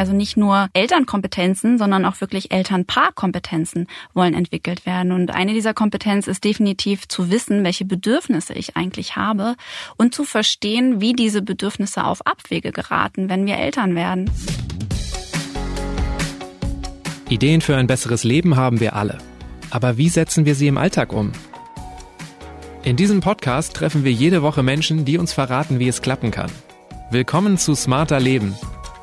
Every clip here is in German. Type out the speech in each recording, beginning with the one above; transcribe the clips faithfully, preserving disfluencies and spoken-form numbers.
Also nicht nur Elternkompetenzen, sondern auch wirklich Elternpaarkompetenzen wollen entwickelt werden. Und eine dieser Kompetenzen ist definitiv zu wissen, welche Bedürfnisse ich eigentlich habe und zu verstehen, wie diese Bedürfnisse auf Abwege geraten, wenn wir Eltern werden. Ideen für ein besseres Leben haben wir alle. Aber wie setzen wir sie im Alltag um? In diesem Podcast treffen wir jede Woche Menschen, die uns verraten, wie es klappen kann. Willkommen zu Smarter Leben.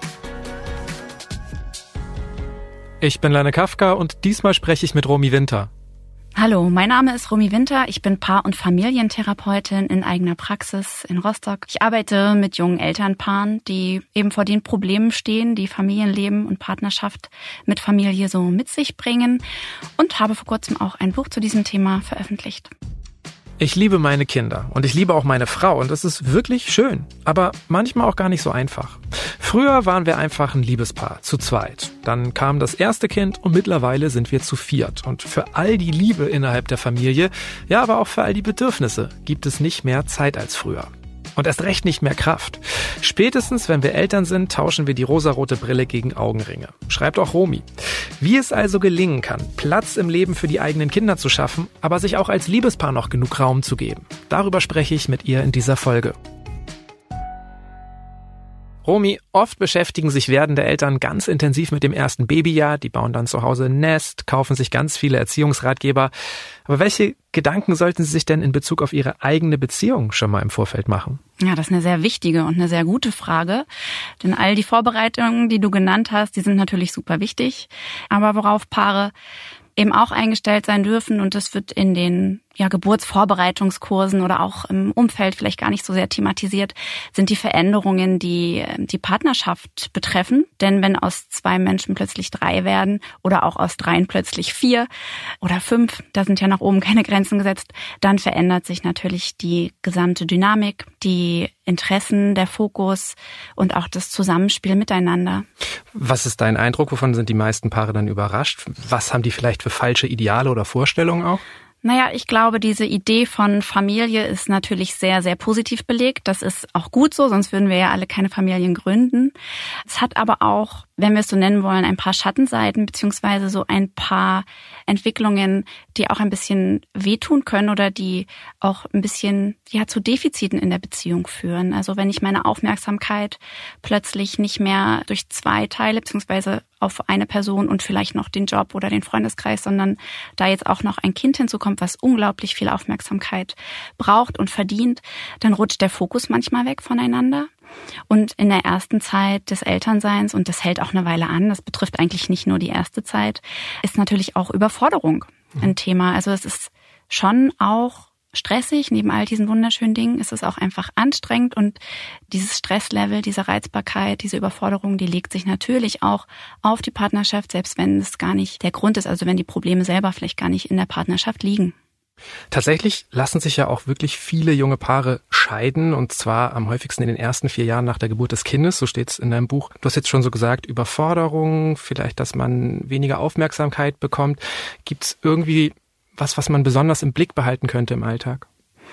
Ich bin Lene Kafka und diesmal spreche ich mit Romy Winter. Hallo, mein Name ist Romy Winter. Ich bin Paar- und Familientherapeutin in eigener Praxis in Rostock. Ich arbeite mit jungen Elternpaaren, die eben vor den Problemen stehen, die Familienleben und Partnerschaft mit Familie so mit sich bringen, und habe vor kurzem auch ein Buch zu diesem Thema veröffentlicht. Ich liebe meine Kinder und ich liebe auch meine Frau und das ist wirklich schön, aber manchmal auch gar nicht so einfach. Früher waren wir einfach ein Liebespaar, zu zweit. Dann kam das erste Kind und mittlerweile sind wir zu viert. Und für all die Liebe innerhalb der Familie, ja, aber auch für all die Bedürfnisse gibt es nicht mehr Zeit als früher. Und erst recht nicht mehr Kraft. Spätestens, wenn wir Eltern sind, tauschen wir die rosarote Brille gegen Augenringe. Schreibt auch Romy. Wie es also gelingen kann, Platz im Leben für die eigenen Kinder zu schaffen, aber sich auch als Liebespaar noch genug Raum zu geben. Darüber spreche ich mit ihr in dieser Folge. Romy, oft beschäftigen sich werdende Eltern ganz intensiv mit dem ersten Babyjahr. Die bauen dann zu Hause ein Nest, kaufen sich ganz viele Erziehungsratgeber. Aber welche Gedanken sollten sie sich denn in Bezug auf ihre eigene Beziehung schon mal im Vorfeld machen? Ja, das ist eine sehr wichtige und eine sehr gute Frage. Denn all die Vorbereitungen, die du genannt hast, die sind natürlich super wichtig. Aber worauf Paare eben auch eingestellt sein dürfen, und das wird in den ja, Geburtsvorbereitungskursen oder auch im Umfeld vielleicht gar nicht so sehr thematisiert, sind die Veränderungen, die die Partnerschaft betreffen. Denn wenn aus zwei Menschen plötzlich drei werden oder auch aus dreien plötzlich vier oder fünf, da sind ja nach oben keine Grenzen gesetzt, dann verändert sich natürlich die gesamte Dynamik, die Interessen, der Fokus und auch das Zusammenspiel miteinander. Was ist dein Eindruck? Wovon sind die meisten Paare dann überrascht? Was haben die vielleicht für falsche Ideale oder Vorstellungen auch? Naja, ich glaube, diese Idee von Familie ist natürlich sehr, sehr positiv belegt. Das ist auch gut so, sonst würden wir ja alle keine Familien gründen. Es hat aber auch, wenn wir es so nennen wollen, ein paar Schattenseiten beziehungsweise so ein paar Entwicklungen, die auch ein bisschen wehtun können oder die auch ein bisschen ja zu Defiziten in der Beziehung führen. Also wenn ich meine Aufmerksamkeit plötzlich nicht mehr durch zwei teile, beziehungsweise auf eine Person und vielleicht noch den Job oder den Freundeskreis, sondern da jetzt auch noch ein Kind hinzukommt, was unglaublich viel Aufmerksamkeit braucht und verdient, dann rutscht der Fokus manchmal weg voneinander. Und in der ersten Zeit des Elternseins, und das hält auch eine Weile an, das betrifft eigentlich nicht nur die erste Zeit, ist natürlich auch Überforderung ein Thema. Also es ist schon auch stressig, neben all diesen wunderschönen Dingen ist es auch einfach anstrengend, und dieses Stresslevel, diese Reizbarkeit, diese Überforderung, die legt sich natürlich auch auf die Partnerschaft, selbst wenn es gar nicht der Grund ist, also wenn die Probleme selber vielleicht gar nicht in der Partnerschaft liegen. Tatsächlich lassen sich ja auch wirklich viele junge Paare scheiden, und zwar am häufigsten in den ersten vier Jahren nach der Geburt des Kindes, so steht es in deinem Buch. Du hast jetzt schon so gesagt, Überforderung, vielleicht, dass man weniger Aufmerksamkeit bekommt. Gibt es irgendwie was, was man besonders im Blick behalten könnte im Alltag?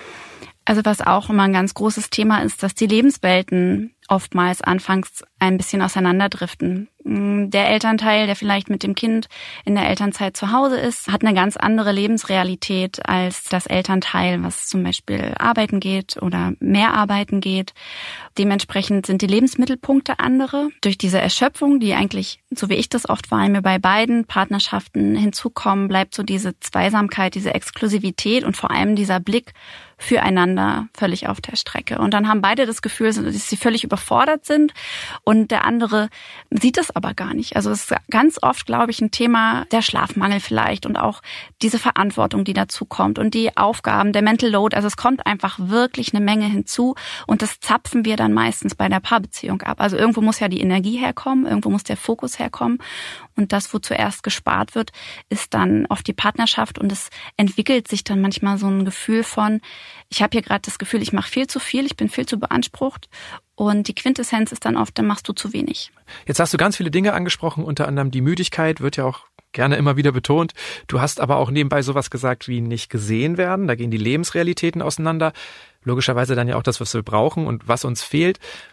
Also was auch immer ein ganz großes Thema ist, dass die Lebenswelten oftmals anfangs ein bisschen auseinanderdriften. Der Elternteil, der vielleicht mit dem Kind in der Elternzeit zu Hause ist, hat eine ganz andere Lebensrealität als das Elternteil, was zum Beispiel arbeiten geht oder mehr arbeiten geht. Dementsprechend sind die Lebensmittelpunkte andere. Durch diese Erschöpfung, die eigentlich, so wie ich das oft vor allem bei beiden Partnerschaften hinzukommen, bleibt so diese Zweisamkeit, diese Exklusivität und vor allem dieser Blick füreinander völlig auf der Strecke. Und dann haben beide das Gefühl, dass sie völlig überfordert sind, und der andere sieht es aber gar nicht. Also es ist ganz oft, glaube ich, ein Thema der Schlafmangel vielleicht und auch diese Verantwortung, die dazu kommt und die Aufgaben, der Mental Load. Also es kommt einfach wirklich eine Menge hinzu, und das zapfen wir dann meistens bei der Paarbeziehung ab. Also irgendwo muss ja die Energie herkommen, irgendwo muss der Fokus herkommen, und das, wo zuerst gespart wird, ist dann oft die Partnerschaft, und es entwickelt sich dann manchmal so ein Gefühl von, ich habe hier gerade das Gefühl, ich mache viel zu viel, ich bin viel zu beansprucht, und die Quintessenz ist dann oft, dann machst du zu wenig. Jetzt hast du ganz viele Dinge angesprochen, unter anderem die Müdigkeit, wird ja auch gerne immer wieder betont. Du hast aber auch nebenbei sowas gesagt wie nicht gesehen werden, da gehen die Lebensrealitäten auseinander, logischerweise dann ja auch das, was wir brauchen und was uns fehlt.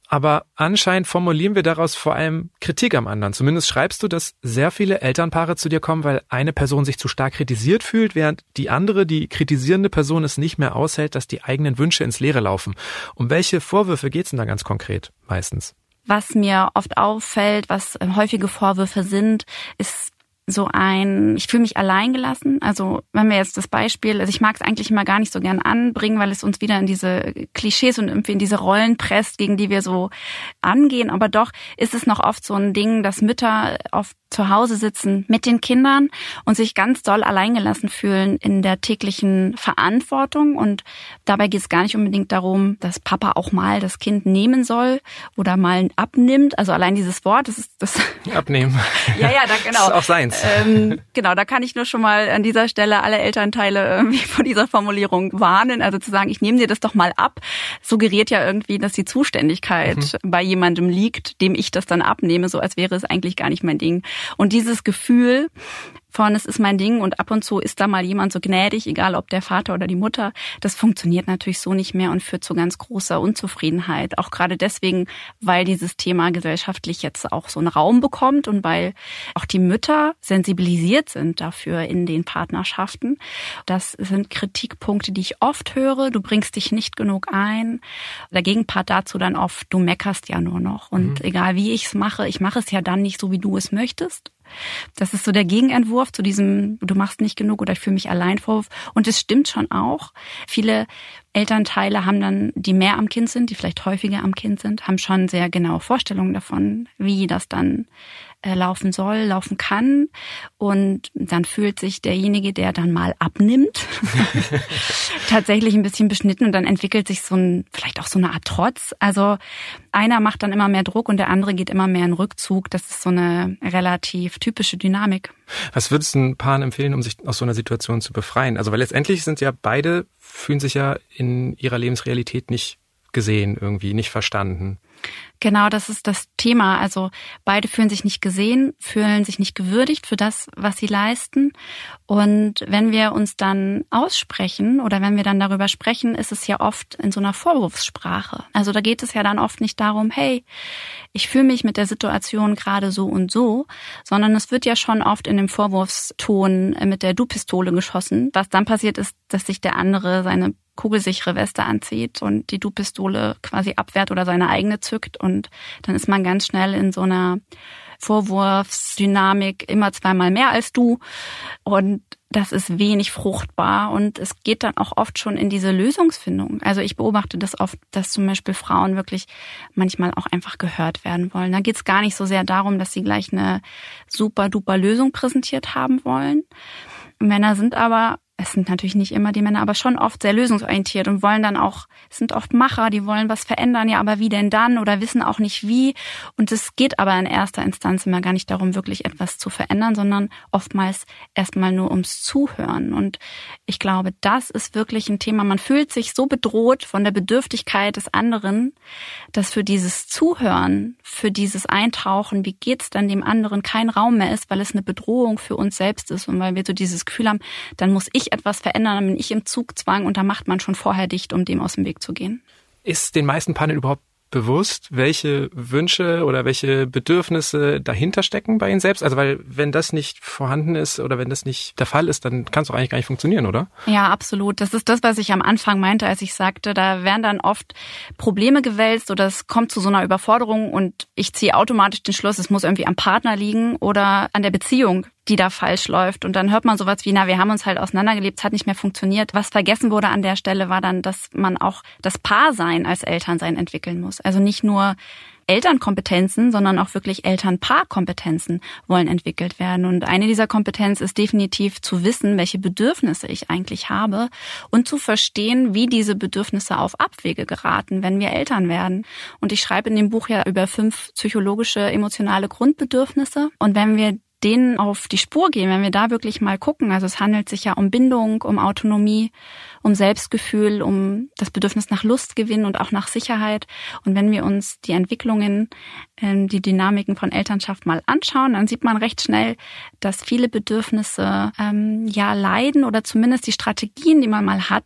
Aber anscheinend formulieren wir daraus vor allem Kritik am anderen. Zumindest schreibst du, dass sehr viele Elternpaare zu dir kommen, weil eine Person sich zu stark kritisiert fühlt, während die andere, die kritisierende Person, es nicht mehr aushält, dass die eigenen Wünsche ins Leere laufen. Um welche Vorwürfe geht's denn da ganz konkret meistens? Was mir oft auffällt, was häufige Vorwürfe sind, ist so ein, ich fühle mich alleingelassen. Also wenn wir jetzt das Beispiel, also ich mag es eigentlich immer gar nicht so gern anbringen, weil es uns wieder in diese Klischees und irgendwie in diese Rollen presst, gegen die wir so angehen. Aber doch ist es noch oft so ein Ding, dass Mütter oft zu Hause sitzen mit den Kindern und sich ganz doll alleingelassen fühlen in der täglichen Verantwortung. Und dabei geht es gar nicht unbedingt darum, dass Papa auch mal das Kind nehmen soll oder mal abnimmt. Also allein dieses Wort, das ist das. Abnehmen. Ja, ja, da, genau. Das ist auch seins. Ähm, genau, da kann ich nur schon mal an dieser Stelle alle Elternteile irgendwie von dieser Formulierung warnen. Also zu sagen, ich nehme dir das doch mal ab, suggeriert ja irgendwie, dass die Zuständigkeit mhm. bei jemandem liegt, dem ich das dann abnehme, so als wäre es eigentlich gar nicht mein Ding. Und dieses Gefühl von, es ist mein Ding und ab und zu ist da mal jemand so gnädig, egal ob der Vater oder die Mutter, das funktioniert natürlich so nicht mehr und führt zu ganz großer Unzufriedenheit. Auch gerade deswegen, weil dieses Thema gesellschaftlich jetzt auch so einen Raum bekommt und weil auch die Mütter sensibilisiert sind dafür in den Partnerschaften. Das sind Kritikpunkte, die ich oft höre. Du bringst dich nicht genug ein. Der Gegenpart dazu dann oft, du meckerst ja nur noch. Und mhm. egal wie ich es mache, ich mache es ja dann nicht so, wie du es möchtest. Das ist so der Gegenentwurf zu diesem, du machst nicht genug oder ich fühle mich allein Vorwurf. Und es stimmt schon auch. Viele Elternteile haben dann, die mehr am Kind sind, die vielleicht häufiger am Kind sind, haben schon sehr genaue Vorstellungen davon, wie das dann äh, laufen soll, laufen kann. Und dann fühlt sich derjenige, der dann mal abnimmt, tatsächlich ein bisschen beschnitten und dann entwickelt sich so ein, vielleicht auch so eine Art Trotz. Also einer macht dann immer mehr Druck und der andere geht immer mehr in Rückzug. Das ist so eine relativ typische Dynamik. Was würdest du Paaren empfehlen, um sich aus so einer Situation zu befreien? Also weil letztendlich sind ja beide, fühlen sich ja in ihrer Lebensrealität nicht gesehen irgendwie, nicht verstanden. Genau, das ist das Thema. Also beide fühlen sich nicht gesehen, fühlen sich nicht gewürdigt für das, was sie leisten. Und wenn wir uns dann aussprechen oder wenn wir dann darüber sprechen, ist es ja oft in so einer Vorwurfssprache. Also da geht es ja dann oft nicht darum, hey, ich fühle mich mit der Situation gerade so und so, sondern es wird ja schon oft in dem Vorwurfston mit der Du-Pistole geschossen. Was dann passiert ist, dass sich der andere seine kugelsichere Weste anzieht und die Du-Pistole quasi abwehrt oder seine eigene zückt. Und dann ist man ganz schnell in so einer Vorwurfsdynamik, immer zweimal mehr als du. Und das ist wenig fruchtbar und es geht dann auch oft schon in diese Lösungsfindung. Also ich beobachte das oft, dass zum Beispiel Frauen wirklich manchmal auch einfach gehört werden wollen. Da geht es gar nicht so sehr darum, dass sie gleich eine super duper Lösung präsentiert haben wollen. Männer sind aber, es sind natürlich nicht immer die Männer, aber schon oft sehr lösungsorientiert und wollen dann auch, es sind oft Macher, die wollen was verändern, ja, aber wie denn dann oder wissen auch nicht wie. Und es geht aber in erster Instanz immer gar nicht darum, wirklich etwas zu verändern, sondern oftmals erstmal nur ums Zuhören. Und ich glaube, das ist wirklich ein Thema. Man fühlt sich so bedroht von der Bedürftigkeit des anderen, dass für dieses Zuhören, für dieses Eintauchen, wie geht's dann dem anderen, kein Raum mehr ist, weil es eine Bedrohung für uns selbst ist und weil wir so dieses Gefühl haben, dann muss ich etwas verändern, dann bin ich im Zugzwang und da macht man schon vorher dicht, um dem aus dem Weg zu gehen. Ist den meisten Paaren überhaupt bewusst, welche Wünsche oder welche Bedürfnisse dahinter stecken bei ihnen selbst? Also weil wenn das nicht vorhanden ist oder wenn das nicht der Fall ist, dann kann es doch eigentlich gar nicht funktionieren, oder? Ja, absolut. Das ist das, was ich am Anfang meinte, als ich sagte, da werden dann oft Probleme gewälzt oder es kommt zu so einer Überforderung und ich ziehe automatisch den Schluss, es muss irgendwie am Partner liegen oder an der Beziehung, die da falsch läuft. Und dann hört man sowas wie, na, wir haben uns halt auseinandergelebt, es hat nicht mehr funktioniert. Was vergessen wurde an der Stelle war dann, dass man auch das Paarsein als Elternsein entwickeln muss. Also nicht nur Elternkompetenzen, sondern auch wirklich Elternpaarkompetenzen wollen entwickelt werden. Und eine dieser Kompetenzen ist definitiv zu wissen, welche Bedürfnisse ich eigentlich habe und zu verstehen, wie diese Bedürfnisse auf Abwege geraten, wenn wir Eltern werden. Und ich schreibe in dem Buch ja über fünf psychologische, emotionale Grundbedürfnisse. Und wenn wir denen auf die Spur gehen, wenn wir da wirklich mal gucken, also es handelt sich ja um Bindung, um Autonomie, um Selbstgefühl, um das Bedürfnis nach Lustgewinn und auch nach Sicherheit. Und wenn wir uns die Entwicklungen, die Dynamiken von Elternschaft mal anschauen, dann sieht man recht schnell, dass viele Bedürfnisse ähm, ja leiden oder zumindest die Strategien, die man mal hatte,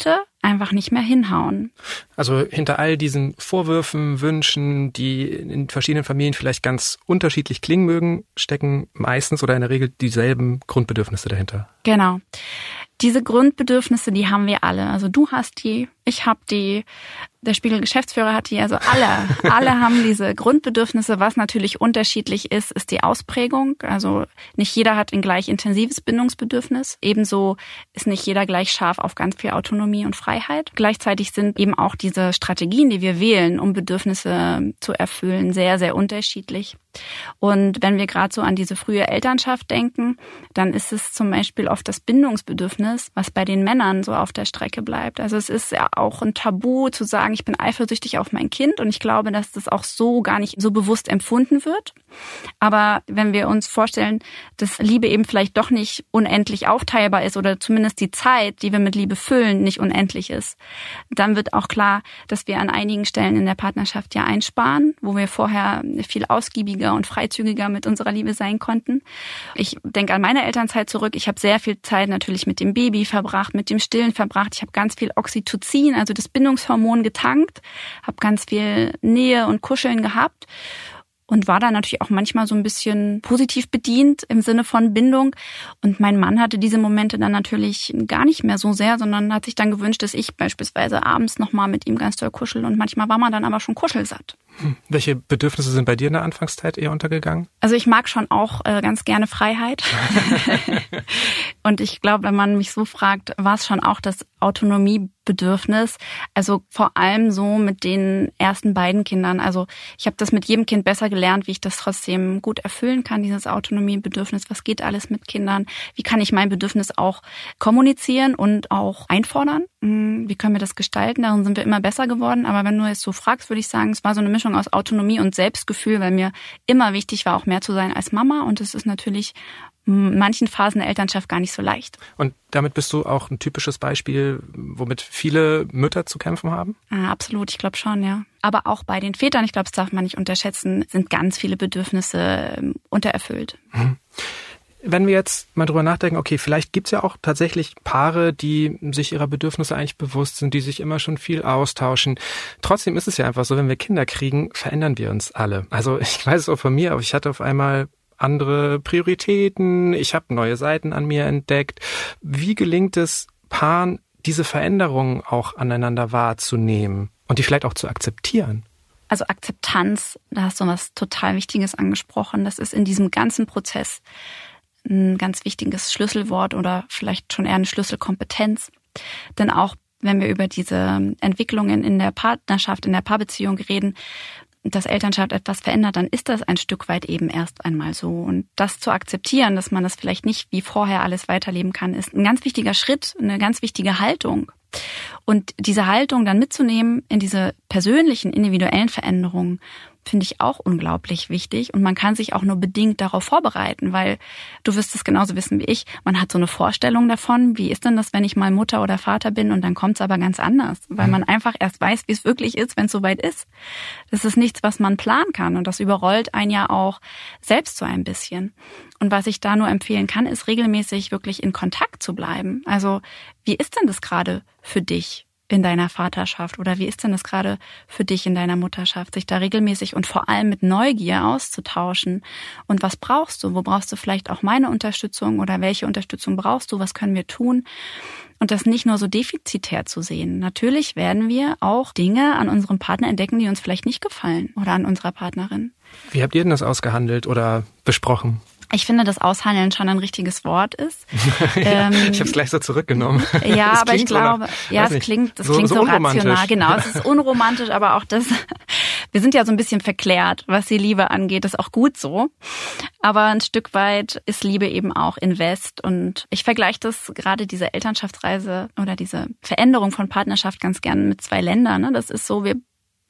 einfach nicht mehr hinhauen. Also hinter all diesen Vorwürfen, Wünschen, die in verschiedenen Familien vielleicht ganz unterschiedlich klingen mögen, stecken meistens oder in der Regel dieselben Grundbedürfnisse dahinter. Genau. Diese Grundbedürfnisse, die haben wir alle. Also du hast die, ich habe die, der Spiegel-Geschäftsführer hat die, also alle. Alle haben diese Grundbedürfnisse. Was natürlich unterschiedlich ist, ist die Ausprägung. Also nicht jeder hat ein gleich intensives Bindungsbedürfnis. Ebenso ist nicht jeder gleich scharf auf ganz viel Autonomie und Freiheit. Gleichzeitig sind eben auch diese Strategien, die wir wählen, um Bedürfnisse zu erfüllen, sehr, sehr unterschiedlich. Und wenn wir gerade so an diese frühe Elternschaft denken, dann ist es zum Beispiel oft das Bindungsbedürfnis, was bei den Männern so auf der Strecke bleibt. Also es ist ja auch ein Tabu zu sagen, ich bin eifersüchtig auf mein Kind, und ich glaube, dass das auch so gar nicht so bewusst empfunden wird. Aber wenn wir uns vorstellen, dass Liebe eben vielleicht doch nicht unendlich aufteilbar ist oder zumindest die Zeit, die wir mit Liebe füllen, nicht unendlich ist, dann wird auch klar, dass wir an einigen Stellen in der Partnerschaft ja einsparen, wo wir vorher viel ausgiebiger und freizügiger mit unserer Liebe sein konnten. Ich denke an meine Elternzeit zurück. Ich habe sehr viel Zeit natürlich mit dem Baby verbracht, mit dem Stillen verbracht. Ich habe ganz viel Oxytocin, also das Bindungshormon, getankt, habe ganz viel Nähe und Kuscheln gehabt. Und war da natürlich auch manchmal so ein bisschen positiv bedient im Sinne von Bindung. Und mein Mann hatte diese Momente dann natürlich gar nicht mehr so sehr, sondern hat sich dann gewünscht, dass ich beispielsweise abends nochmal mit ihm ganz doll kuschel. Und manchmal war man dann aber schon kuschelsatt. Hm. Welche Bedürfnisse sind bei dir in der Anfangszeit eher untergegangen? Also ich mag schon auch äh, ganz gerne Freiheit. Und ich glaube, wenn man mich so fragt, war es schon auch das Autonomiebedürfnis. Also vor allem so mit den ersten beiden Kindern. Also ich habe das mit jedem Kind besser gelernt, wie ich das trotzdem gut erfüllen kann, dieses Autonomiebedürfnis. Was geht alles mit Kindern? Wie kann ich mein Bedürfnis auch kommunizieren und auch einfordern? Wie können wir das gestalten? Darin sind wir immer besser geworden. Aber wenn du jetzt so fragst, würde ich sagen, es war so eine Mischung aus Autonomie und Selbstgefühl, weil mir immer wichtig war, auch mehr zu sein als Mama. Und es ist natürlich in manchen Phasen der Elternschaft gar nicht so leicht. Und damit bist du auch ein typisches Beispiel, womit viele Mütter zu kämpfen haben? Ah, absolut, ich glaube schon, ja. Aber auch bei den Vätern, ich glaube, das darf man nicht unterschätzen, sind ganz viele Bedürfnisse untererfüllt. Mhm. Wenn wir jetzt mal drüber nachdenken, okay, vielleicht gibt's ja auch tatsächlich Paare, die sich ihrer Bedürfnisse eigentlich bewusst sind, die sich immer schon viel austauschen. Trotzdem ist es ja einfach so, wenn wir Kinder kriegen, verändern wir uns alle. Also ich weiß es auch von mir, aber ich hatte auf einmal andere Prioritäten, ich habe neue Seiten an mir entdeckt. Wie gelingt es Paaren, diese Veränderungen auch aneinander wahrzunehmen und die vielleicht auch zu akzeptieren? Also Akzeptanz, da hast du was total Wichtiges angesprochen. Das ist in diesem ganzen Prozess ein ganz wichtiges Schlüsselwort oder vielleicht schon eher eine Schlüsselkompetenz. Denn auch wenn wir über diese Entwicklungen in der Partnerschaft, in der Paarbeziehung reden, dass Elternschaft etwas verändert, dann ist das ein Stück weit eben erst einmal so. Und das zu akzeptieren, dass man das vielleicht nicht wie vorher alles weiterleben kann, ist ein ganz wichtiger Schritt, eine ganz wichtige Haltung. Und diese Haltung dann mitzunehmen in diese persönlichen, individuellen Veränderungen, finde ich auch unglaublich wichtig. Und man kann sich auch nur bedingt darauf vorbereiten, weil du wirst es genauso wissen wie ich. Man hat so eine Vorstellung davon, wie ist denn das, wenn ich mal Mutter oder Vater bin, und dann kommt es aber ganz anders, weil man einfach erst weiß, wie es wirklich ist, wenn es soweit ist. Das ist nichts, was man planen kann, und das überrollt einen ja auch selbst so ein bisschen. Und was ich da nur empfehlen kann, ist regelmäßig wirklich in Kontakt zu bleiben. Also wie ist denn das gerade für dich in deiner Vaterschaft, oder wie ist denn das gerade für dich in deiner Mutterschaft, sich da regelmäßig und vor allem mit Neugier auszutauschen? Und was brauchst du? Wo brauchst du vielleicht auch meine Unterstützung, oder welche Unterstützung brauchst du? Was können wir tun? Und das nicht nur so defizitär zu sehen. Natürlich werden wir auch Dinge an unserem Partner entdecken, die uns vielleicht nicht gefallen, oder an unserer Partnerin. Wie habt ihr denn das ausgehandelt oder besprochen? Ich finde, dass Aushandeln schon ein richtiges Wort ist. ja, ähm, ich habe es gleich so zurückgenommen. Ja, aber ich glaube, so ja, es klingt, das so, klingt so, so rational. Genau, es ist unromantisch, aber auch das, wir sind ja so ein bisschen verklärt, was die Liebe angeht, ist auch gut so. Aber ein Stück weit ist Liebe eben auch Invest. Und ich vergleiche das, gerade diese Elternschaftsreise oder diese Veränderung von Partnerschaft, ganz gern mit zwei Ländern. Das ist so, wir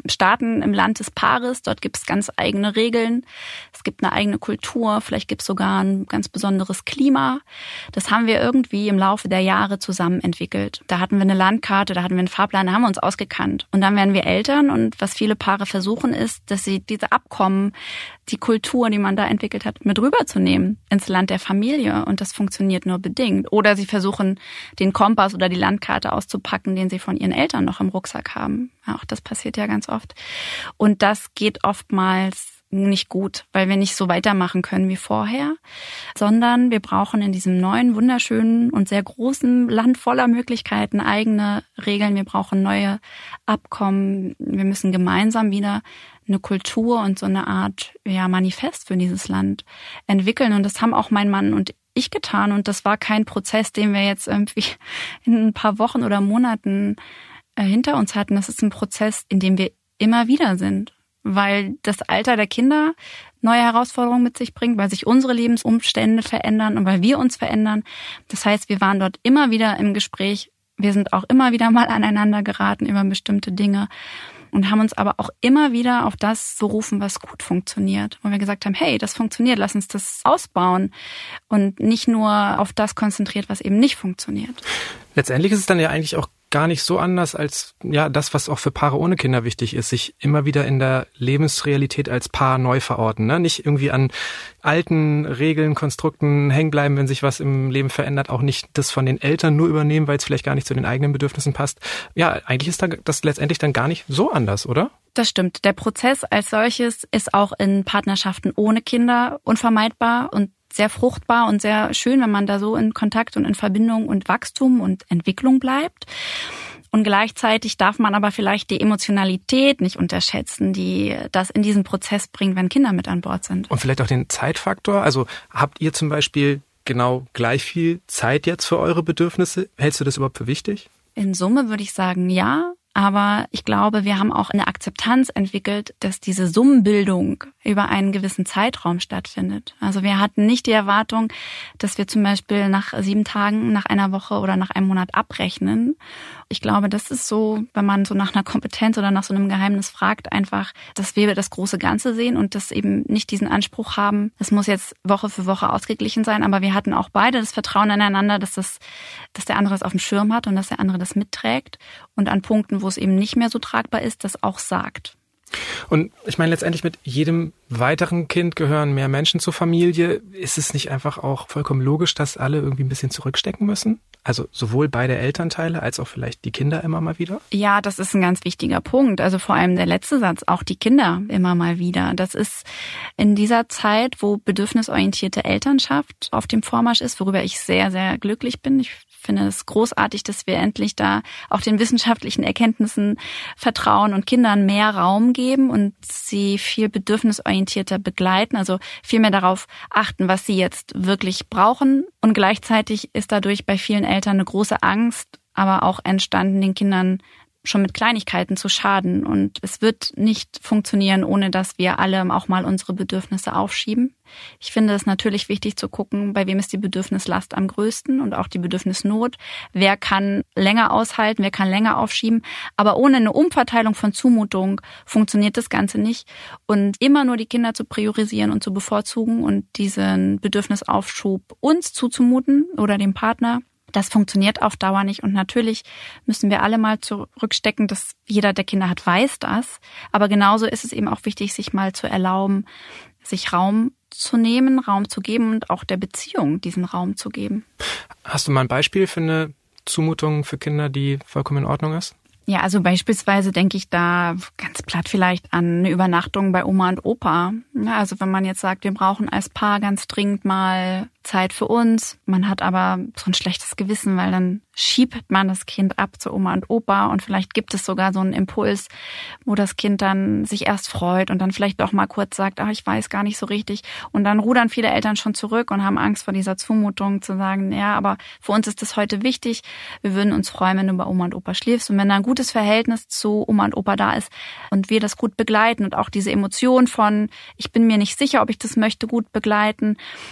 starten im Land des Paares. Dort gibt es ganz eigene Regeln. Es gibt eine eigene Kultur. Vielleicht gibt es sogar ein ganz besonderes Klima. Das haben wir irgendwie im Laufe der Jahre zusammen entwickelt. Da hatten wir eine Landkarte, da hatten wir einen Fahrplan, da haben wir uns ausgekannt. Und dann werden wir Eltern. Und was viele Paare versuchen ist, dass sie diese Abkommen, die Kultur, die man da entwickelt hat, mit rüberzunehmen ins Land der Familie. Und das funktioniert nur bedingt. Oder sie versuchen, den Kompass oder die Landkarte auszupacken, den sie von ihren Eltern noch im Rucksack haben. Auch das passiert ja ganz oft. Und das geht oftmals nicht gut, weil wir nicht so weitermachen können wie vorher, sondern wir brauchen in diesem neuen, wunderschönen und sehr großen Land voller Möglichkeiten eigene Regeln. Wir brauchen neue Abkommen. Wir müssen gemeinsam wieder eine Kultur und so eine Art ja, Manifest für dieses Land entwickeln. Und das haben auch mein Mann und ich getan. Und das war kein Prozess, den wir jetzt irgendwie in ein paar Wochen oder Monaten äh, hinter uns hatten. Das ist ein Prozess, in dem wir immer wieder sind, weil das Alter der Kinder neue Herausforderungen mit sich bringt, weil sich unsere Lebensumstände verändern und weil wir uns verändern. Das heißt, wir waren dort immer wieder im Gespräch. Wir sind auch immer wieder mal aneinander geraten über bestimmte Dinge und haben uns aber auch immer wieder auf das berufen, was gut funktioniert. Wo wir gesagt haben, hey, das funktioniert, lass uns das ausbauen und nicht nur auf das konzentriert, was eben nicht funktioniert. Letztendlich ist es dann ja eigentlich auch gar nicht so anders als ja das, was auch für Paare ohne Kinder wichtig ist, sich immer wieder in der Lebensrealität als Paar neu verorten, ne? Nicht irgendwie an alten Regeln, Konstrukten hängen bleiben, wenn sich was im Leben verändert, auch nicht das von den Eltern nur übernehmen, weil es vielleicht gar nicht zu den eigenen Bedürfnissen passt. Ja, eigentlich ist das letztendlich dann gar nicht so anders, oder? Das stimmt. Der Prozess als solches ist auch in Partnerschaften ohne Kinder unvermeidbar und sehr fruchtbar und sehr schön, wenn man da so in Kontakt und in Verbindung und Wachstum und Entwicklung bleibt. Und gleichzeitig darf man aber vielleicht die Emotionalität nicht unterschätzen, die das in diesen Prozess bringt, wenn Kinder mit an Bord sind. Und vielleicht auch den Zeitfaktor. Also habt ihr zum Beispiel genau gleich viel Zeit jetzt für eure Bedürfnisse? Hältst du das überhaupt für wichtig? In Summe würde ich sagen, ja. Aber ich glaube, wir haben auch eine Akzeptanz entwickelt, dass diese Summenbildung über einen gewissen Zeitraum stattfindet. Also wir hatten nicht die Erwartung, dass wir zum Beispiel nach sieben Tagen, nach einer Woche oder nach einem Monat abrechnen. Ich glaube, das ist so, wenn man so nach einer Kompetenz oder nach so einem Geheimnis fragt, einfach, dass wir das große Ganze sehen und dass eben nicht diesen Anspruch haben, es muss jetzt Woche für Woche ausgeglichen sein. Aber wir hatten auch beide das Vertrauen aneinander, dass das, dass der andere es auf dem Schirm hat und dass der andere das mitträgt und an Punkten, wo es eben nicht mehr so tragbar ist, das auch sagt. Und ich meine, letztendlich mit jedem weiteren Kind gehören mehr Menschen zur Familie. Ist es nicht einfach auch vollkommen logisch, dass alle irgendwie ein bisschen zurückstecken müssen? Also sowohl beide Elternteile als auch vielleicht die Kinder immer mal wieder? Ja, das ist ein ganz wichtiger Punkt. Also vor allem der letzte Satz, auch die Kinder immer mal wieder. Das ist in dieser Zeit, wo bedürfnisorientierte Elternschaft auf dem Vormarsch ist, worüber ich sehr, sehr glücklich bin. Ich finde es großartig, dass wir endlich da auch den wissenschaftlichen Erkenntnissen vertrauen und Kindern mehr Raum geben und sie viel bedürfnisorientierter begleiten, also viel mehr darauf achten, was sie jetzt wirklich brauchen. Und gleichzeitig ist dadurch bei vielen Eltern eine große Angst, aber auch entstanden, den Kindern schon mit Kleinigkeiten zu schaden. Und es wird nicht funktionieren, ohne dass wir alle auch mal unsere Bedürfnisse aufschieben. Ich finde es natürlich wichtig zu gucken, bei wem ist die Bedürfnislast am größten und auch die Bedürfnisnot. Wer kann länger aushalten, wer kann länger aufschieben. Aber ohne eine Umverteilung von Zumutung funktioniert das Ganze nicht. Und immer nur die Kinder zu priorisieren und zu bevorzugen und diesen Bedürfnisaufschub uns zuzumuten oder dem Partner, das funktioniert auf Dauer nicht. Und natürlich müssen wir alle mal zurückstecken, dass jeder, der Kinder hat, weiß das. Aber genauso ist es eben auch wichtig, sich mal zu erlauben, sich Raum zu nehmen, Raum zu geben und auch der Beziehung diesen Raum zu geben. Hast du mal ein Beispiel für eine Zumutung für Kinder, die vollkommen in Ordnung ist? Ja, also beispielsweise denke ich da ganz platt vielleicht an eine Übernachtung bei Oma und Opa. Ja, also wenn man jetzt sagt, wir brauchen als Paar ganz dringend mal Zeit für uns, man hat aber so ein schlechtes Gewissen, weil dann schiebt man das Kind ab zu Oma und Opa und vielleicht gibt es sogar so einen Impuls, wo das Kind dann sich erst freut und dann vielleicht doch mal kurz sagt, ach, ich weiß gar nicht so richtig. Und dann rudern viele Eltern schon zurück und haben Angst vor dieser Zumutung zu sagen, ja, aber für uns ist das heute wichtig. Wir würden uns freuen, wenn du bei Oma und Opa schläfst. Und wenn da ein gutes Verhältnis zu Oma und Opa da ist und wir das gut begleiten und auch diese Emotion von, ich bin mir nicht sicher, ob ich das möchte, gut begleiten,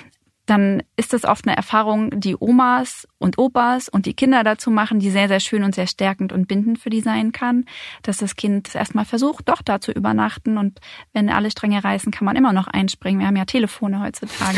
dann ist das oft eine Erfahrung, die Omas und Opas und die Kinder dazu machen, die sehr, sehr schön und sehr stärkend und bindend für die sein kann, dass das Kind erstmal versucht, doch da zu übernachten und wenn alle Stränge reißen, kann man immer noch einspringen. Wir haben ja Telefone heutzutage.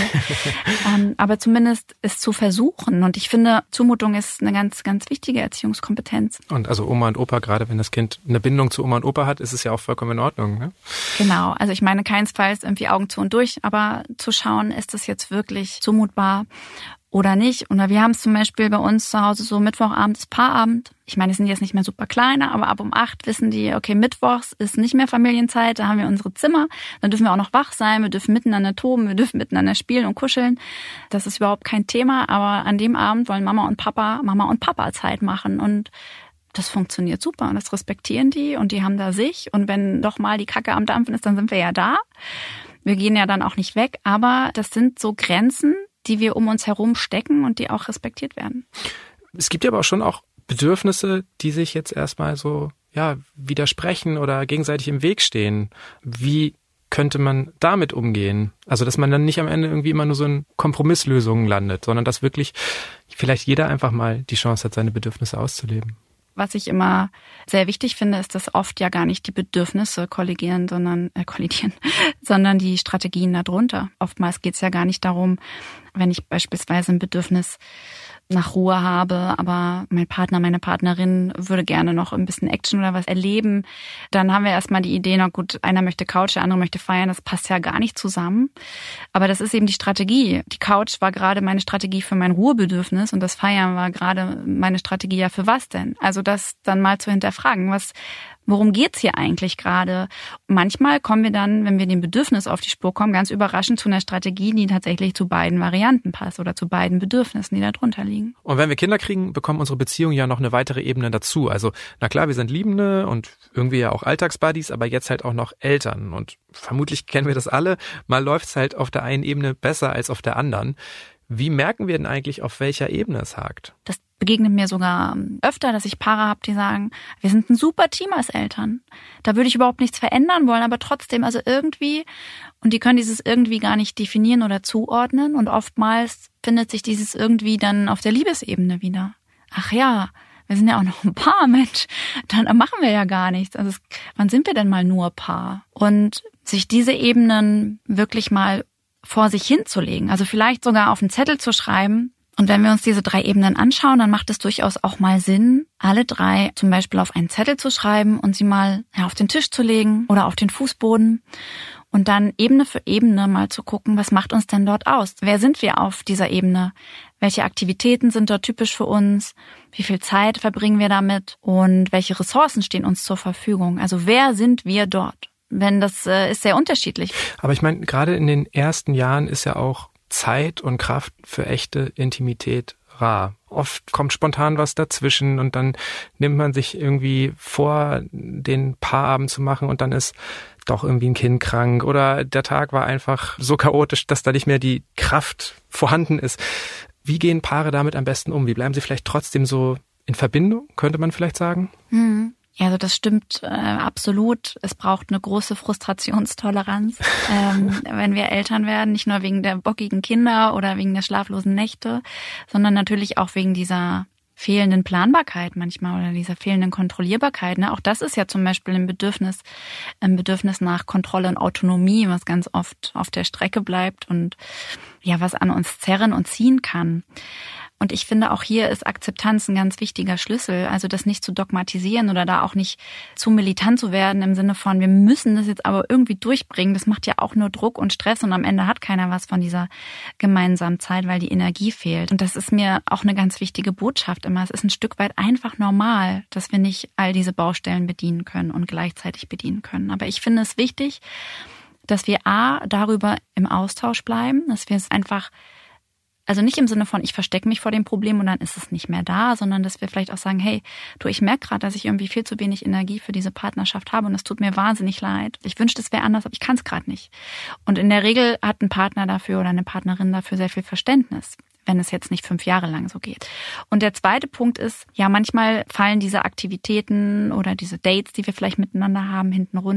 ähm, aber zumindest es zu versuchen und ich finde, Zumutung ist eine ganz, ganz wichtige Erziehungskompetenz. Und also Oma und Opa, gerade wenn das Kind eine Bindung zu Oma und Opa hat, ist es ja auch vollkommen in Ordnung, ne? Genau, also ich meine keinesfalls irgendwie Augen zu und durch, aber zu schauen, ist das jetzt wirklich zumutbar oder nicht. Und wir haben es zum Beispiel bei uns zu Hause so Mittwochabend ist Paarabend. Ich meine, die sind jetzt nicht mehr super kleine, aber ab um acht wissen die, okay, mittwochs ist nicht mehr Familienzeit, da haben wir unsere Zimmer, dann dürfen wir auch noch wach sein, wir dürfen miteinander toben, wir dürfen miteinander spielen und kuscheln. Das ist überhaupt kein Thema, aber an dem Abend wollen Mama und Papa Mama und Papa Zeit machen und das funktioniert super und das respektieren die und die haben da sich und wenn doch mal die Kacke am Dampfen ist, dann sind wir ja da. Wir gehen ja dann auch nicht weg, aber das sind so Grenzen, die wir um uns herum stecken und die auch respektiert werden. Es gibt ja aber auch schon auch Bedürfnisse, die sich jetzt erstmal so ja widersprechen oder gegenseitig im Weg stehen. Wie könnte man damit umgehen? Also, dass man dann nicht am Ende irgendwie immer nur so in Kompromisslösungen landet, sondern dass wirklich vielleicht jeder einfach mal die Chance hat, seine Bedürfnisse auszuleben. Was ich immer sehr wichtig finde, ist, dass oft ja gar nicht die Bedürfnisse kollidieren, sondern äh, kollidieren, sondern die Strategien darunter. Oftmals geht es ja gar nicht darum, wenn ich beispielsweise ein Bedürfnis nach Ruhe habe, aber mein Partner, meine Partnerin würde gerne noch ein bisschen Action oder was erleben, dann haben wir erstmal die Idee, na gut, einer möchte Couch, der andere möchte feiern, das passt ja gar nicht zusammen. Aber das ist eben die Strategie. Die Couch war gerade meine Strategie für mein Ruhebedürfnis und das Feiern war gerade meine Strategie ja für was denn? Also das dann mal zu hinterfragen, was worum geht's hier eigentlich gerade? Manchmal kommen wir dann, wenn wir dem Bedürfnis auf die Spur kommen, ganz überraschend zu einer Strategie, die tatsächlich zu beiden Varianten passt oder zu beiden Bedürfnissen, die da drunter liegen. Und wenn wir Kinder kriegen, bekommen unsere Beziehungen ja noch eine weitere Ebene dazu. Also na klar, wir sind Liebende und irgendwie ja auch Alltagsbuddies, aber jetzt halt auch noch Eltern. Und vermutlich kennen wir das alle. Mal läuft's halt auf der einen Ebene besser als auf der anderen. Wie merken wir denn eigentlich, auf welcher Ebene es hakt? Das begegnet mir sogar öfter, dass ich Paare habe, die sagen, wir sind ein super Team als Eltern. Da würde ich überhaupt nichts verändern wollen, aber trotzdem, also irgendwie, und die können dieses irgendwie gar nicht definieren oder zuordnen und oftmals findet sich dieses irgendwie dann auf der Liebesebene wieder. Ach ja, wir sind ja auch noch ein Paar, Mensch, dann machen wir ja gar nichts. Also wann sind wir denn mal nur Paar? Und sich diese Ebenen wirklich mal vor sich hinzulegen, also vielleicht sogar auf einen Zettel zu schreiben. Und wenn wir uns diese drei Ebenen anschauen, dann macht es durchaus auch mal Sinn, alle drei zum Beispiel auf einen Zettel zu schreiben und sie mal ja, auf den Tisch zu legen oder auf den Fußboden und dann Ebene für Ebene mal zu gucken, was macht uns denn dort aus? Wer sind wir auf dieser Ebene? Welche Aktivitäten sind dort typisch für uns? Wie viel Zeit verbringen wir damit? Und welche Ressourcen stehen uns zur Verfügung? Also wer sind wir dort? Wenn das äh, ist sehr unterschiedlich. Aber ich meine, gerade in den ersten Jahren ist ja auch Zeit und Kraft für echte Intimität rar. Oft kommt spontan was dazwischen und dann nimmt man sich irgendwie vor, den Paarabend zu machen und dann ist doch irgendwie ein Kind krank oder der Tag war einfach so chaotisch, dass da nicht mehr die Kraft vorhanden ist. Wie gehen Paare damit am besten um? Wie bleiben sie vielleicht trotzdem so in Verbindung, könnte man vielleicht sagen? Mhm. Ja, also das stimmt äh, absolut. Es braucht eine große Frustrationstoleranz, ähm, wenn wir Eltern werden, nicht nur wegen der bockigen Kinder oder wegen der schlaflosen Nächte, sondern natürlich auch wegen dieser fehlenden Planbarkeit manchmal oder dieser fehlenden Kontrollierbarkeit. Ne? Auch das ist ja zum Beispiel ein Bedürfnis, ein Bedürfnis nach Kontrolle und Autonomie, was ganz oft auf der Strecke bleibt und ja, was an uns zerren und ziehen kann. Und ich finde, auch hier ist Akzeptanz ein ganz wichtiger Schlüssel. Also das nicht zu dogmatisieren oder da auch nicht zu militant zu werden im Sinne von, wir müssen das jetzt aber irgendwie durchbringen. Das macht ja auch nur Druck und Stress und am Ende hat keiner was von dieser gemeinsamen Zeit, weil die Energie fehlt. Und das ist mir auch eine ganz wichtige Botschaft immer. Es ist ein Stück weit einfach normal, dass wir nicht all diese Baustellen bedienen können und gleichzeitig bedienen können. Aber ich finde es wichtig, dass wir A, darüber im Austausch bleiben, dass wir es einfach Also nicht im Sinne von, ich verstecke mich vor dem Problem und dann ist es nicht mehr da, sondern dass wir vielleicht auch sagen, hey, du, ich merke gerade, dass ich irgendwie viel zu wenig Energie für diese Partnerschaft habe und es tut mir wahnsinnig leid. Ich wünschte, es wäre anders, aber ich kann es gerade nicht. Und in der Regel hat ein Partner dafür oder eine Partnerin dafür sehr viel Verständnis, wenn es jetzt nicht fünf Jahre lang so geht. Und der zweite Punkt ist, ja, manchmal fallen diese Aktivitäten oder diese Dates, die wir vielleicht miteinander haben, hinten runter.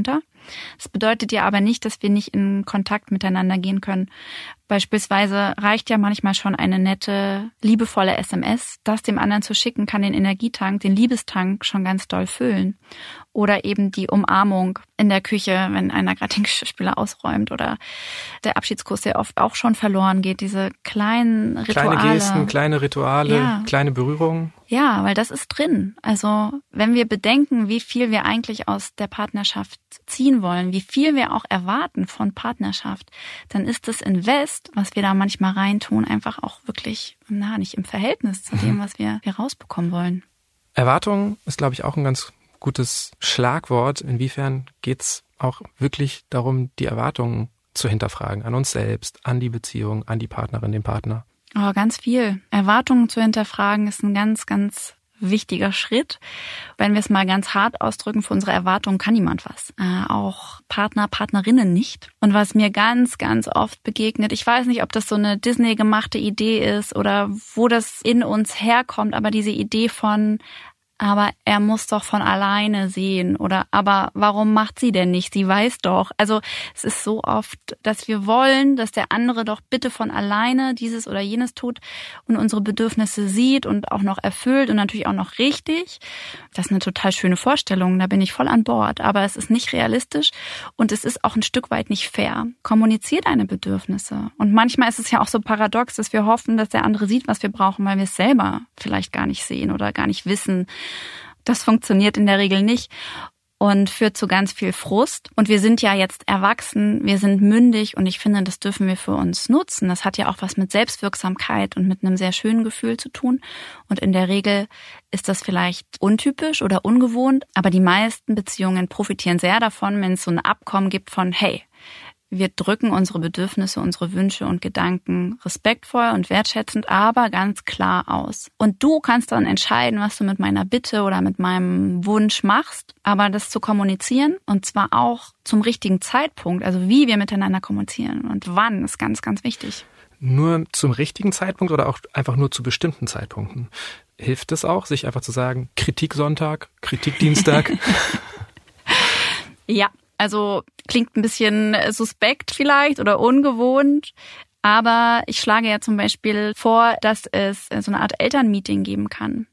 Das bedeutet ja aber nicht, dass wir nicht in Kontakt miteinander gehen können. Beispielsweise reicht ja manchmal schon eine nette, liebevolle S M S. Das dem anderen zu schicken, kann den Energietank, den Liebestank schon ganz doll füllen. Oder eben die Umarmung in der Küche, wenn einer gerade den Geschirrspüler ausräumt. Oder der Abschiedskuss, der oft auch schon verloren geht. Diese kleinen Rituale. Kleine Gesten, kleine Rituale, ja. kleine Berührungen. Ja, weil das ist drin. Also wenn wir bedenken, wie viel wir eigentlich aus der Partnerschaft ziehen wollen, wie viel wir auch erwarten von Partnerschaft, dann ist das Invest, was wir da manchmal reintun, einfach auch wirklich, na, nicht im Verhältnis zu dem, was wir hier rausbekommen wollen. Erwartung ist, glaube ich, auch ein ganz gutes Schlagwort. Inwiefern geht's auch wirklich darum, die Erwartungen zu hinterfragen, an uns selbst, an die Beziehung, an die Partnerin, den Partner? Oh, ganz viel. Erwartungen zu hinterfragen ist ein ganz, ganz wichtiger Schritt. Wenn wir es mal ganz hart ausdrücken, für unsere Erwartungen kann niemand was. Äh, auch Partner, Partnerinnen nicht. Und was mir ganz, ganz oft begegnet, ich weiß nicht, ob das so eine Disney-gemachte Idee ist oder wo das in uns herkommt, aber diese Idee von, aber er muss doch von alleine sehen oder aber warum macht sie denn nicht? Sie weiß doch. Also es ist so oft, dass wir wollen, dass der andere doch bitte von alleine dieses oder jenes tut und unsere Bedürfnisse sieht und auch noch erfüllt und natürlich auch noch richtig. Das ist eine total schöne Vorstellung, da bin ich voll an Bord. Aber es ist nicht realistisch und es ist auch ein Stück weit nicht fair. Kommunizier deine Bedürfnisse. Und manchmal ist es ja auch so paradox, dass wir hoffen, dass der andere sieht, was wir brauchen, weil wir es selber vielleicht gar nicht sehen oder gar nicht wissen. Das funktioniert in der Regel nicht und führt zu ganz viel Frust. Und wir sind ja jetzt erwachsen, wir sind mündig und ich finde, das dürfen wir für uns nutzen. Das hat ja auch was mit Selbstwirksamkeit und mit einem sehr schönen Gefühl zu tun. Und in der Regel ist das vielleicht untypisch oder ungewohnt, aber die meisten Beziehungen profitieren sehr davon, wenn es so ein Abkommen gibt von, hey, wir drücken unsere Bedürfnisse, unsere Wünsche und Gedanken respektvoll und wertschätzend, aber ganz klar aus. Und du kannst dann entscheiden, was du mit meiner Bitte oder mit meinem Wunsch machst, aber das zu kommunizieren und zwar auch zum richtigen Zeitpunkt, also wie wir miteinander kommunizieren und wann, ist ganz, ganz wichtig. Nur zum richtigen Zeitpunkt oder auch einfach nur zu bestimmten Zeitpunkten? Hilft es auch, sich einfach zu sagen, Kritiksonntag, Kritikdienstag? Ja. Also klingt ein bisschen suspekt vielleicht oder ungewohnt, aber ich schlage ja zum Beispiel vor, dass es so eine Art Elternmeeting geben kann.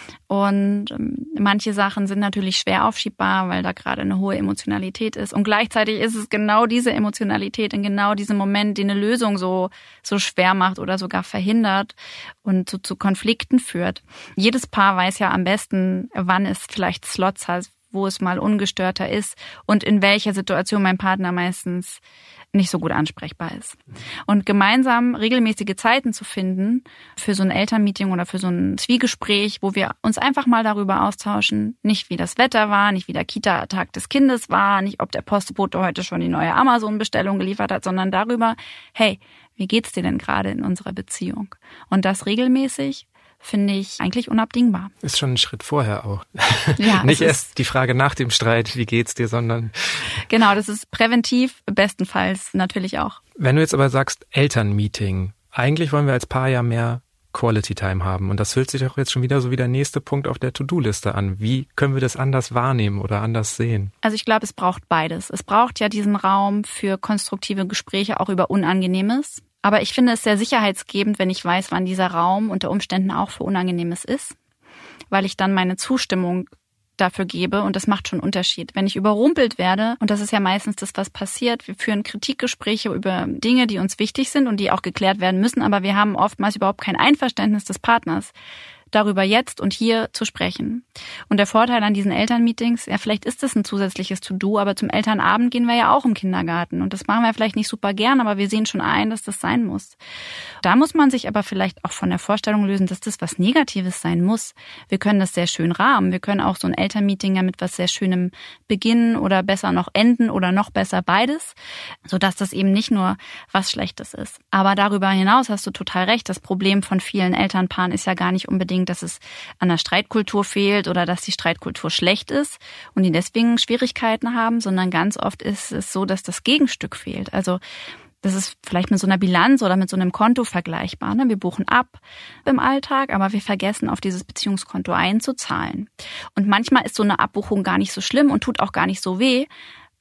Und manche Sachen sind natürlich schwer aufschiebbar, weil da gerade eine hohe Emotionalität ist. Und gleichzeitig ist es genau diese Emotionalität in genau diesem Moment, die eine Lösung so so schwer macht oder sogar verhindert und so zu Konflikten führt. Jedes Paar weiß ja am besten, wann es vielleicht Slots hat, wo es mal ungestörter ist und in welcher Situation mein Partner meistens nicht so gut ansprechbar ist. Und gemeinsam regelmäßige Zeiten zu finden für so ein Elternmeeting oder für so ein Zwiegespräch, wo wir uns einfach mal darüber austauschen, nicht wie das Wetter war, nicht wie der Kita-Tag des Kindes war, nicht ob der Postbote heute schon die neue Amazon-Bestellung geliefert hat, sondern darüber, hey, wie geht's dir denn gerade in unserer Beziehung? Und das regelmäßig finde ich eigentlich unabdingbar. Ist schon ein Schritt vorher auch. Ja, nicht erst die Frage nach dem Streit, wie geht's dir, sondern... Genau, das ist präventiv, bestenfalls natürlich auch. Wenn du jetzt aber sagst Elternmeeting, eigentlich wollen wir als Paar ja mehr Quality Time haben und das fühlt sich doch jetzt schon wieder so wie der nächste Punkt auf der To-Do-Liste an. Wie können wir das anders wahrnehmen oder anders sehen? Also ich glaube, es braucht beides. Es braucht ja diesen Raum für konstruktive Gespräche auch über Unangenehmes. Aber ich finde es sehr sicherheitsgebend, wenn ich weiß, wann dieser Raum unter Umständen auch für Unangenehmes ist, weil ich dann meine Zustimmung dafür gebe und das macht schon einen Unterschied. Wenn ich überrumpelt werde, und das ist ja meistens das, was passiert, wir führen Kritikgespräche über Dinge, die uns wichtig sind und die auch geklärt werden müssen, aber wir haben oftmals überhaupt kein Einverständnis des Partners, darüber jetzt und hier zu sprechen. Und der Vorteil an diesen Elternmeetings, ja, vielleicht ist das ein zusätzliches To-Do, aber zum Elternabend gehen wir ja auch im Kindergarten. Und das machen wir vielleicht nicht super gern, aber wir sehen schon ein, dass das sein muss. Da muss man sich aber vielleicht auch von der Vorstellung lösen, dass das was Negatives sein muss. Wir können das sehr schön rahmen. Wir können auch so ein Elternmeeting ja mit was sehr Schönem beginnen oder besser noch enden oder noch besser beides, sodass das eben nicht nur was Schlechtes ist. Aber darüber hinaus hast du total recht. Das Problem von vielen Elternpaaren ist ja gar nicht unbedingt, dass es an der Streitkultur fehlt oder dass die Streitkultur schlecht ist und die deswegen Schwierigkeiten haben, sondern ganz oft ist es so, dass das Gegenstück fehlt. Also das ist vielleicht mit so einer Bilanz oder mit so einem Konto vergleichbar. Wir buchen ab im Alltag, aber wir vergessen, auf dieses Beziehungskonto einzuzahlen. Und manchmal ist so eine Abbuchung gar nicht so schlimm und tut auch gar nicht so weh,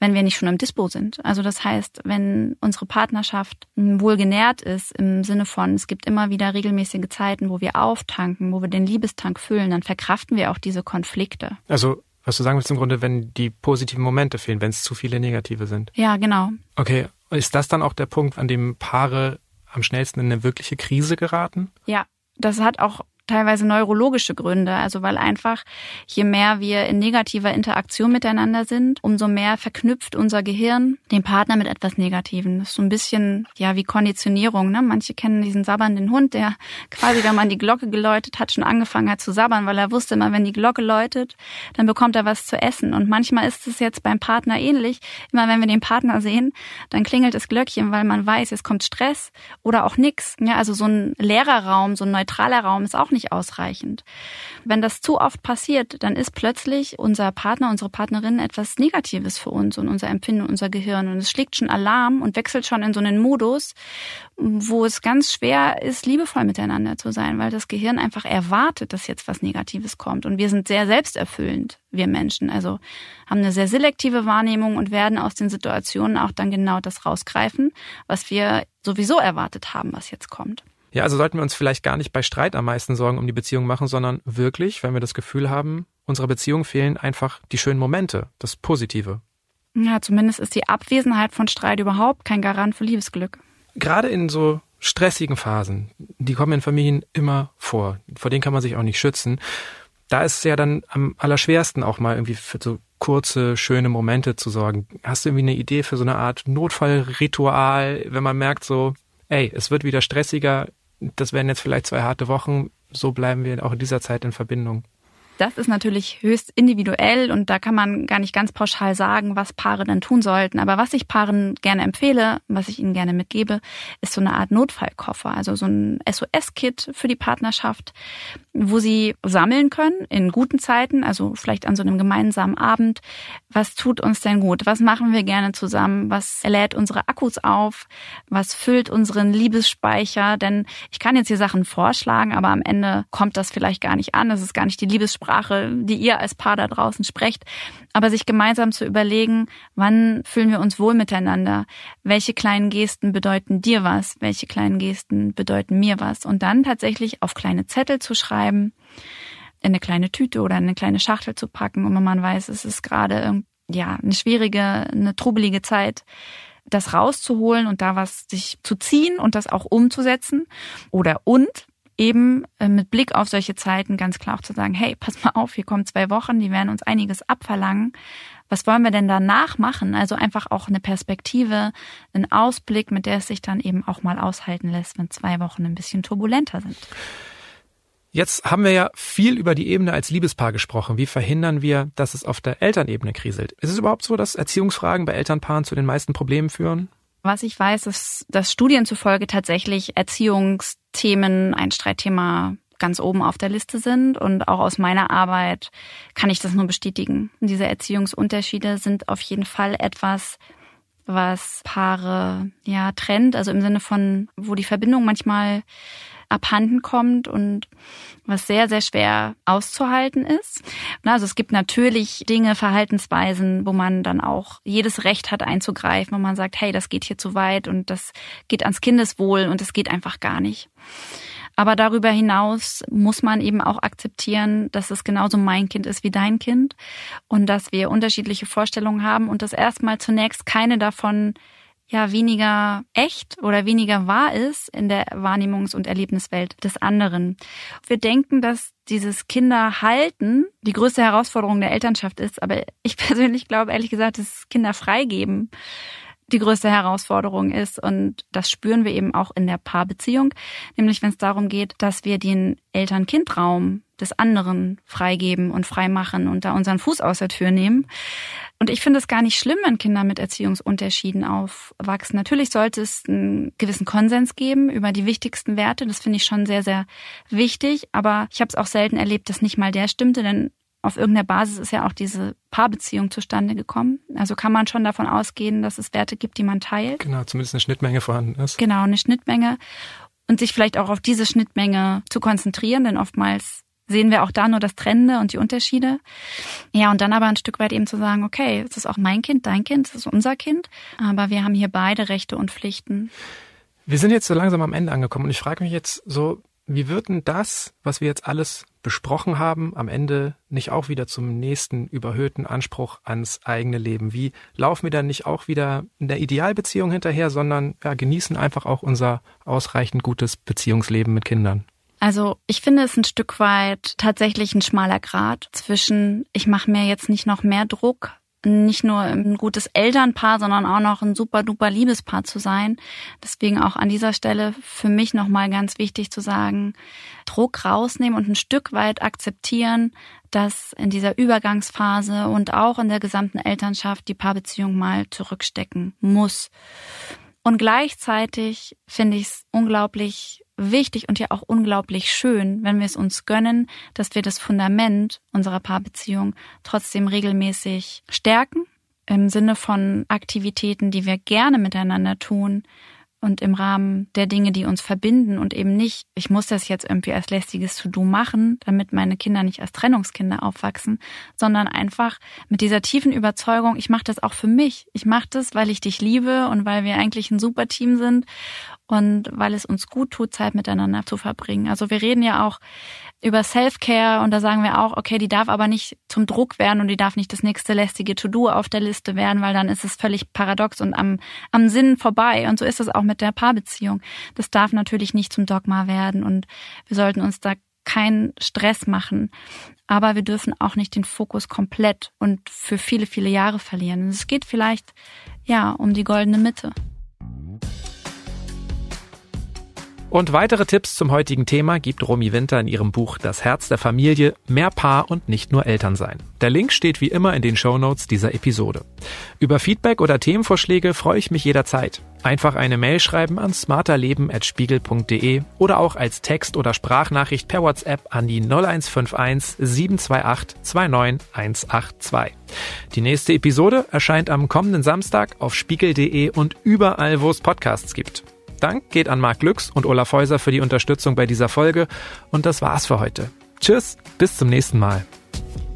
wenn wir nicht schon im Dispo sind. Also das heißt, wenn unsere Partnerschaft wohl genährt ist, im Sinne von, es gibt immer wieder regelmäßige Zeiten, wo wir auftanken, wo wir den Liebestank füllen, dann verkraften wir auch diese Konflikte. Also was du sagen willst im Grunde, wenn die positiven Momente fehlen, wenn es zu viele negative sind. Ja, genau. Okay, ist das dann auch der Punkt, an dem Paare am schnellsten in eine wirkliche Krise geraten? Ja, das hat auch teilweise neurologische Gründe, also weil einfach, je mehr wir in negativer Interaktion miteinander sind, umso mehr verknüpft unser Gehirn den Partner mit etwas Negativem. Das ist so ein bisschen, ja, wie Konditionierung, ne? Manche kennen diesen sabbernden Hund, der quasi, wenn man die Glocke geläutet hat, schon angefangen hat zu sabbern, weil er wusste immer, wenn die Glocke läutet, dann bekommt er was zu essen. Und manchmal ist es jetzt beim Partner ähnlich. Immer wenn wir den Partner sehen, dann klingelt das Glöckchen, weil man weiß, es kommt Stress oder auch nix. Ja, also so ein leerer Raum, so ein neutraler Raum ist auch nicht ausreichend. Wenn das zu oft passiert, dann ist plötzlich unser Partner, unsere Partnerin etwas Negatives für uns und unser Empfinden, unser Gehirn. Und es schlägt schon Alarm und wechselt schon in so einen Modus, wo es ganz schwer ist, liebevoll miteinander zu sein, weil das Gehirn einfach erwartet, dass jetzt was Negatives kommt. Und wir sind sehr selbsterfüllend, wir Menschen. Also haben eine sehr selektive Wahrnehmung und werden aus den Situationen auch dann genau das rausgreifen, was wir sowieso erwartet haben, was jetzt kommt. Ja, also sollten wir uns vielleicht gar nicht bei Streit am meisten Sorgen um die Beziehung machen, sondern wirklich, wenn wir das Gefühl haben, unserer Beziehung fehlen einfach die schönen Momente, das Positive. Ja, zumindest ist die Abwesenheit von Streit überhaupt kein Garant für Liebesglück. Gerade in so stressigen Phasen, die kommen in Familien immer vor, vor denen kann man sich auch nicht schützen. Da ist es ja dann am allerschwersten auch mal irgendwie für so kurze, schöne Momente zu sorgen. Hast du irgendwie eine Idee für so eine Art Notfallritual, wenn man merkt so, ey, es wird wieder stressiger, das werden jetzt vielleicht zwei harte Wochen, so bleiben wir auch in dieser Zeit in Verbindung. Das ist natürlich höchst individuell und da kann man gar nicht ganz pauschal sagen, was Paare dann tun sollten. Aber was ich Paaren gerne empfehle, was ich ihnen gerne mitgebe, ist so eine Art Notfallkoffer, also so ein S O S-Kit für die Partnerschaft, wo sie sammeln können in guten Zeiten, also vielleicht an so einem gemeinsamen Abend. Was tut uns denn gut? Was machen wir gerne zusammen? Was lädt unsere Akkus auf? Was füllt unseren Liebesspeicher? Denn ich kann jetzt hier Sachen vorschlagen, aber am Ende kommt das vielleicht gar nicht an. Das ist gar nicht die Liebessprache, die ihr als Paar da draußen sprecht. Aber sich gemeinsam zu überlegen, wann fühlen wir uns wohl miteinander? Welche kleinen Gesten bedeuten dir was? Welche kleinen Gesten bedeuten mir was? Und dann tatsächlich auf kleine Zettel zu schreiben, in eine kleine Tüte oder in eine kleine Schachtel zu packen. Und wenn man weiß, es ist gerade ja eine schwierige, eine trubelige Zeit, das rauszuholen und da was sich zu ziehen und das auch umzusetzen. Oder und eben mit Blick auf solche Zeiten ganz klar auch zu sagen, hey, pass mal auf, hier kommen zwei Wochen, die werden uns einiges abverlangen. Was wollen wir denn danach machen? Also einfach auch eine Perspektive, einen Ausblick, mit der es sich dann eben auch mal aushalten lässt, wenn zwei Wochen ein bisschen turbulenter sind. Jetzt haben wir ja viel über die Ebene als Liebespaar gesprochen. Wie verhindern wir, dass es auf der Elternebene kriselt? Ist es überhaupt so, dass Erziehungsfragen bei Elternpaaren zu den meisten Problemen führen? Was ich weiß, ist, dass Studien zufolge tatsächlich Erziehungsthemen ein Streitthema ganz oben auf der Liste sind. Und auch aus meiner Arbeit kann ich das nur bestätigen. Diese Erziehungsunterschiede sind auf jeden Fall etwas, was Paare ja trennt. Also im Sinne von, wo die Verbindung manchmal abhanden kommt und was sehr, sehr schwer auszuhalten ist. Also es gibt natürlich Dinge, Verhaltensweisen, wo man dann auch jedes Recht hat einzugreifen, wo man sagt, hey, das geht hier zu weit und das geht ans Kindeswohl und das geht einfach gar nicht. Aber darüber hinaus muss man eben auch akzeptieren, dass es genauso mein Kind ist wie dein Kind und dass wir unterschiedliche Vorstellungen haben und dass erstmal zunächst keine davon ja weniger echt oder weniger wahr ist in der Wahrnehmungs- und Erlebniswelt des anderen. Wir denken, dass dieses Kinderhalten die größte Herausforderung der Elternschaft ist, aber ich persönlich glaube ehrlich gesagt, dass Kinder freigeben die größte Herausforderung ist und das spüren wir eben auch in der Paarbeziehung, nämlich wenn es darum geht, dass wir den Eltern-Kind-Raum des anderen freigeben und freimachen und da unseren Fuß aus der Tür nehmen. Und ich finde es gar nicht schlimm, wenn Kinder mit Erziehungsunterschieden aufwachsen. Natürlich sollte es einen gewissen Konsens geben über die wichtigsten Werte. Das finde ich schon sehr, sehr wichtig. Aber ich habe es auch selten erlebt, dass nicht mal der stimmte, denn auf irgendeiner Basis ist ja auch diese Paarbeziehung zustande gekommen. Also kann man schon davon ausgehen, dass es Werte gibt, die man teilt. Genau, zumindest eine Schnittmenge vorhanden ist. Genau, eine Schnittmenge. Und sich vielleicht auch auf diese Schnittmenge zu konzentrieren, denn oftmals sehen wir auch da nur das Trennende und die Unterschiede. Ja, und dann aber ein Stück weit eben zu sagen, okay, es ist auch mein Kind, dein Kind, es ist unser Kind, aber wir haben hier beide Rechte und Pflichten. Wir sind jetzt so langsam am Ende angekommen und ich frage mich jetzt so, wie wird denn das, was wir jetzt alles besprochen haben, am Ende nicht auch wieder zum nächsten überhöhten Anspruch ans eigene Leben? Wie laufen wir dann nicht auch wieder in der Idealbeziehung hinterher, sondern ja, genießen einfach auch unser ausreichend gutes Beziehungsleben mit Kindern? Also ich finde es ein Stück weit tatsächlich ein schmaler Grat zwischen, ich mache mir jetzt nicht noch mehr Druck, nicht nur ein gutes Elternpaar, sondern auch noch ein super duper Liebespaar zu sein. Deswegen auch an dieser Stelle für mich nochmal ganz wichtig zu sagen, Druck rausnehmen und ein Stück weit akzeptieren, dass in dieser Übergangsphase und auch in der gesamten Elternschaft die Paarbeziehung mal zurückstecken muss. Und gleichzeitig finde ich es unglaublich wichtig und ja auch unglaublich schön, wenn wir es uns gönnen, dass wir das Fundament unserer Paarbeziehung trotzdem regelmäßig stärken, im Sinne von Aktivitäten, die wir gerne miteinander tun und im Rahmen der Dinge, die uns verbinden und eben nicht, ich muss das jetzt irgendwie als lästiges To-Do machen, damit meine Kinder nicht als Trennungskinder aufwachsen, sondern einfach mit dieser tiefen Überzeugung, ich mache das auch für mich. Ich mache das, weil ich dich liebe und weil wir eigentlich ein super Team sind und weil es uns gut tut, Zeit miteinander zu verbringen. Also wir reden ja auch über Self-Care und da sagen wir auch, okay, die darf aber nicht zum Druck werden und die darf nicht das nächste lästige To-Do auf der Liste werden, weil dann ist es völlig paradox und am, am Sinn vorbei. Und so ist es auch mit der Paarbeziehung. Das darf natürlich nicht zum Dogma werden und wir sollten uns da keinen Stress machen. Aber wir dürfen auch nicht den Fokus komplett und für viele, viele Jahre verlieren. Es geht vielleicht, ja, um die goldene Mitte. Und weitere Tipps zum heutigen Thema gibt Romy Winter in ihrem Buch Das Herz der Familie, mehr Paar und nicht nur Eltern sein. Der Link steht wie immer in den Shownotes dieser Episode. Über Feedback oder Themenvorschläge freue ich mich jederzeit. Einfach eine Mail schreiben an smarterleben at spiegel punkt de oder auch als Text- oder Sprachnachricht per WhatsApp an die null eins fünf eins sieben zwei acht zwei neun eins acht zwei. Die nächste Episode erscheint am kommenden Samstag auf spiegel punkt de und überall, wo es Podcasts gibt. Dank geht an Marc Glücks und Olaf Häuser für die Unterstützung bei dieser Folge. Und das war's für heute. Tschüss, bis zum nächsten Mal.